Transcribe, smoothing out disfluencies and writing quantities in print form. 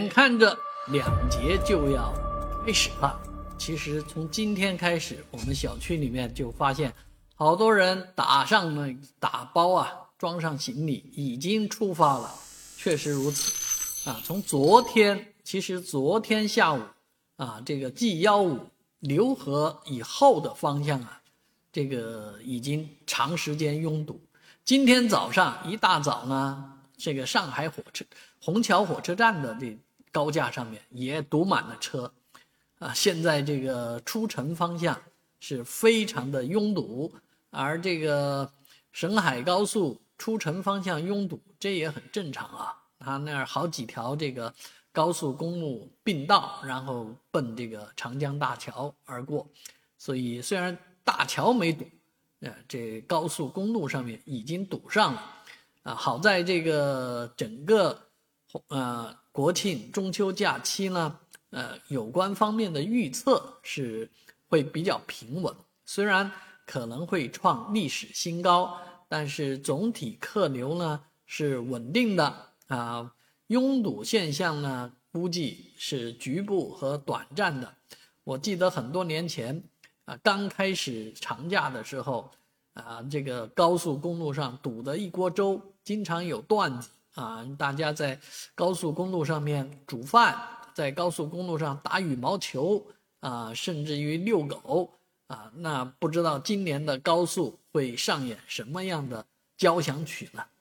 看着2节就要开始了，其实从今天开始，我们小区里面就发现好多人打包啊，装上行李，已经出发了。确实如此啊！从昨天，其实昨天下午啊，这个 G15刘河以后的方向啊，这个已经长时间拥堵。今天早上一大早呢，这个上海虹桥火车站的这高架上面也堵满了车啊。现在这个出城方向是非常的拥堵，而这个沈海高速出城方向拥堵，这也很正常啊。它那儿好几条这个高速公路并道，然后奔这个长江大桥而过，所以虽然大桥没堵，这高速公路上面已经堵上了啊。好在这个整个国庆中秋假期呢，有关方面的预测是会比较平稳，虽然可能会创历史新高，但是总体客流呢是稳定的啊。拥堵现象呢估计是局部和短暂的。我记得很多年前刚开始长假的时候这个高速公路上堵得一锅粥，经常有段子啊，大家在高速公路上面煮饭，在高速公路上打羽毛球啊，甚至于遛狗啊。那不知道今年的高速会上演什么样的交响曲呢？